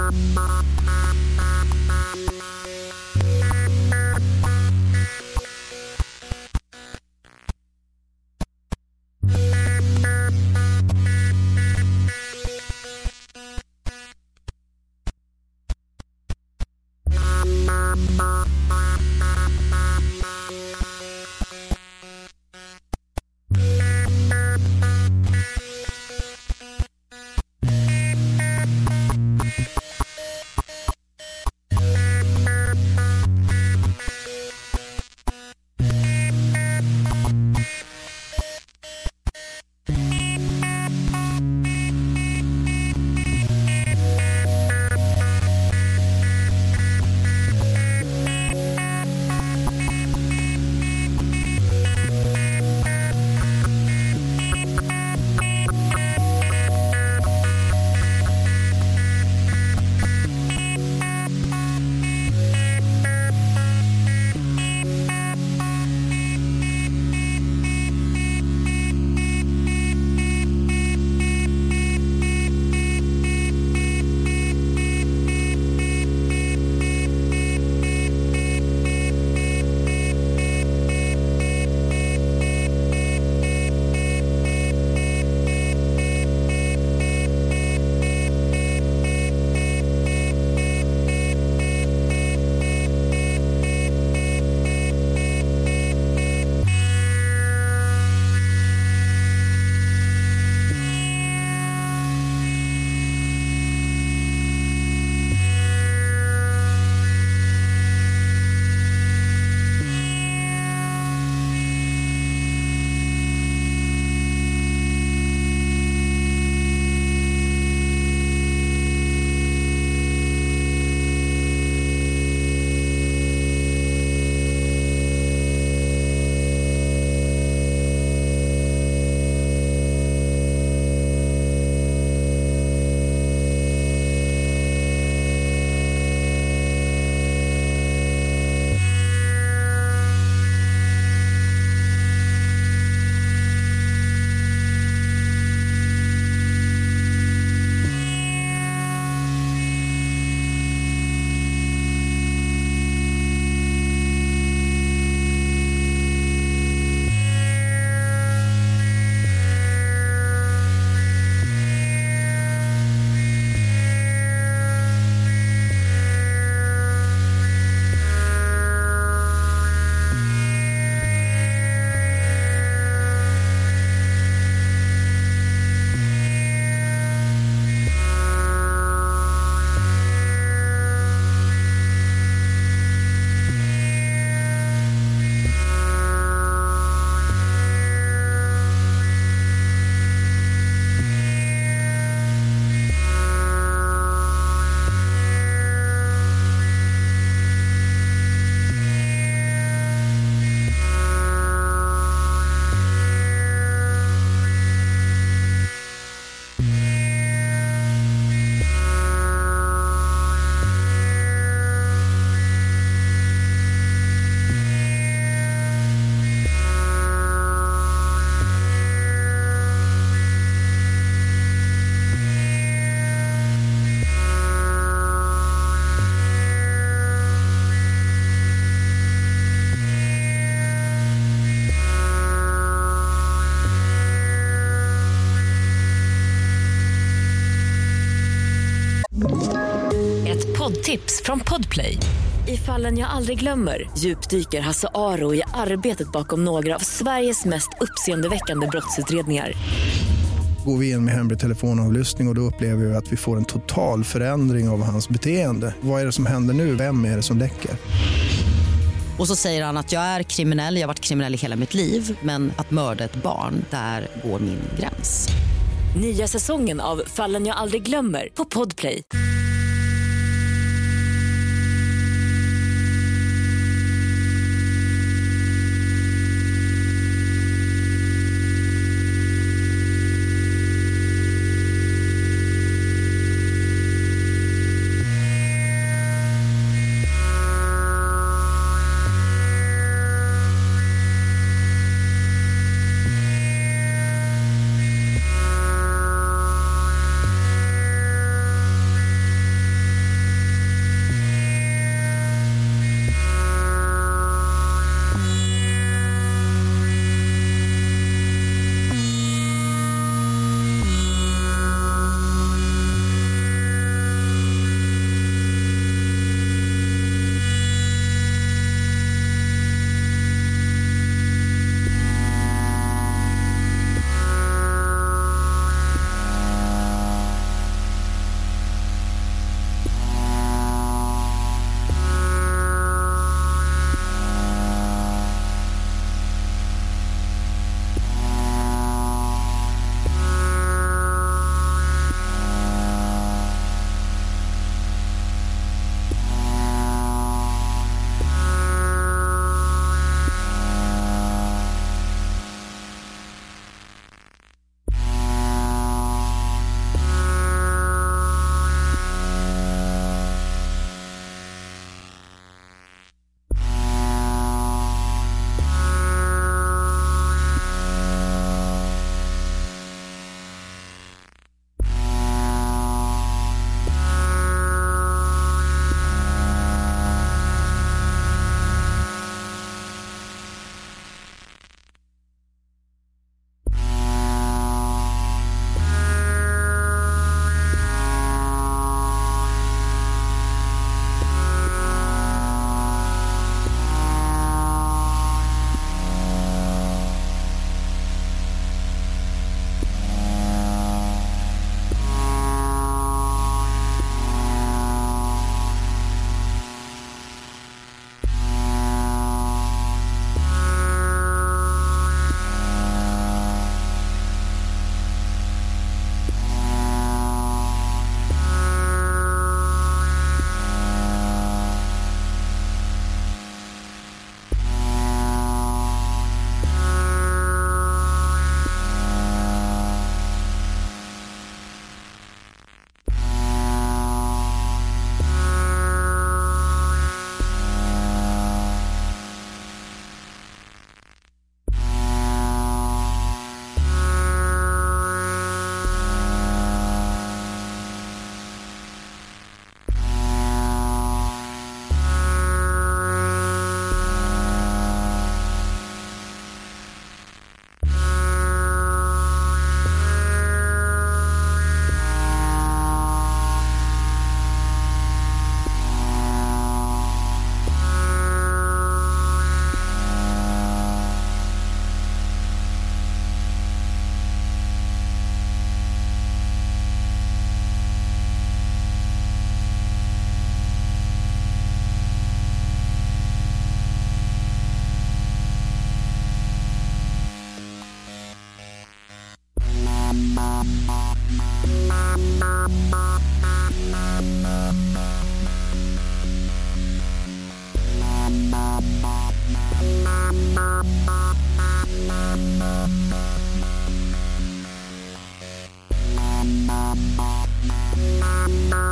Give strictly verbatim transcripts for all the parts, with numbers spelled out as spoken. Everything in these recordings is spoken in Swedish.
Poddtips från Podplay. I Fallen jag aldrig glömmer djupdyker Hasse Aro i arbetet bakom några av Sveriges mest uppseendeväckande brottsutredningar. Går vi in med hemlig telefonavlyssning och, och då upplever vi att vi får en total förändring av hans beteende. Vad är det som händer nu? Vem är det som läcker? Och så säger han att jag är kriminell, jag har varit kriminell i hela mitt liv. Men att mörda ett barn, där går min gräns. Nya säsongen av Fallen jag aldrig glömmer på Podplay.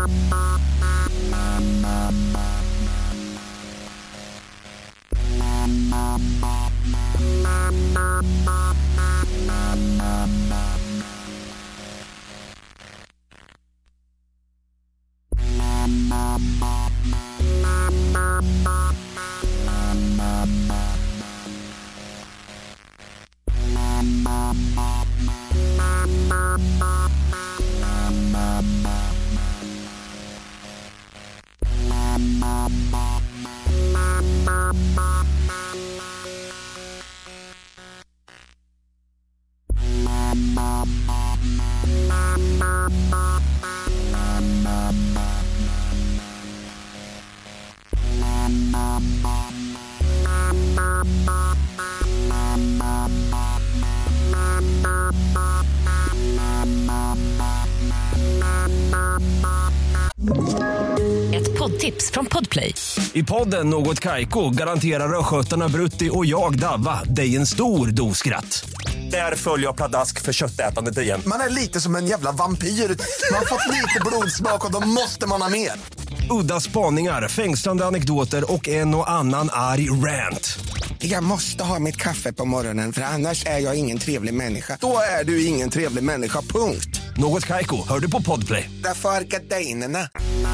Ett poddtips från Podplay. I podden Något Kaiko garanterar röskötarna Brutti och jag Davva dig en stor dos skratt. Där följer jag pladask för köttätandet igen. Man är lite som en jävla vampyr. Man har fått lite blodsmak och då måste man ha mer. Udda spaningar, fängslande anekdoter och en och annan arg rant. Jag måste ha mitt kaffe på morgonen för annars är jag ingen trevlig människa. Då är du ingen trevlig människa, punkt. Något Kaiko, hör du på Podplay. Därför är gardinerna.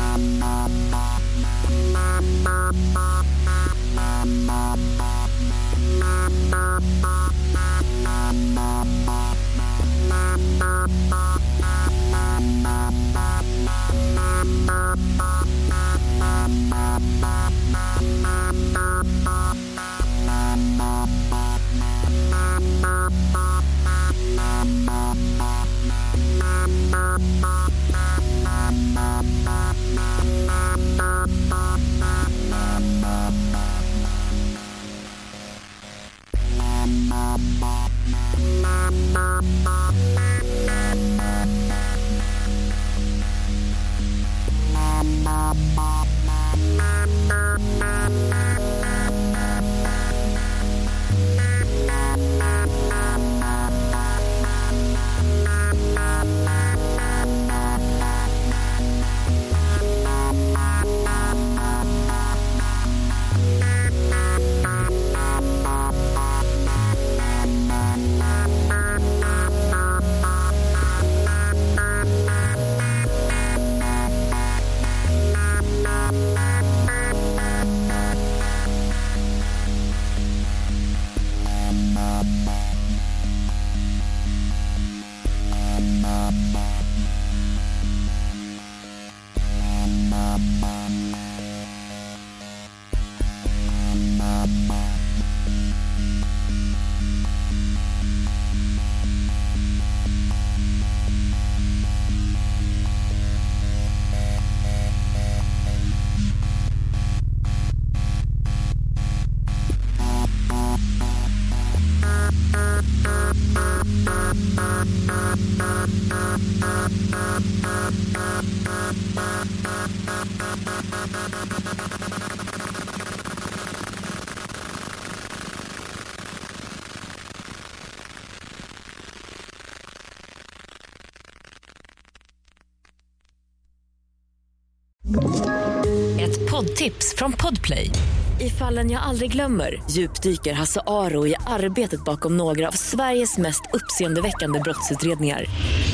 Ett poddtips från Podplay. I Fallen jag aldrig glömmer djupdyker Hasse Aro i arbetet bakom några av Sveriges mest uppseendeväckande brottsutredningar.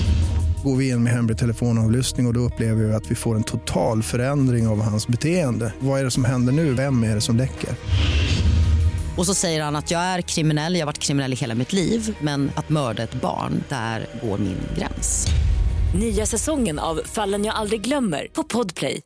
Går vi in med hemlig telefonavlyssning och, och då upplever vi att vi får en total förändring av hans beteende. Vad är det som händer nu? Vem är det som läcker? Och så säger han att jag är kriminell, jag har varit kriminell i hela mitt liv. Men att mörda ett barn, där går min gräns. Nya säsongen av Fallen jag aldrig glömmer på Podplay.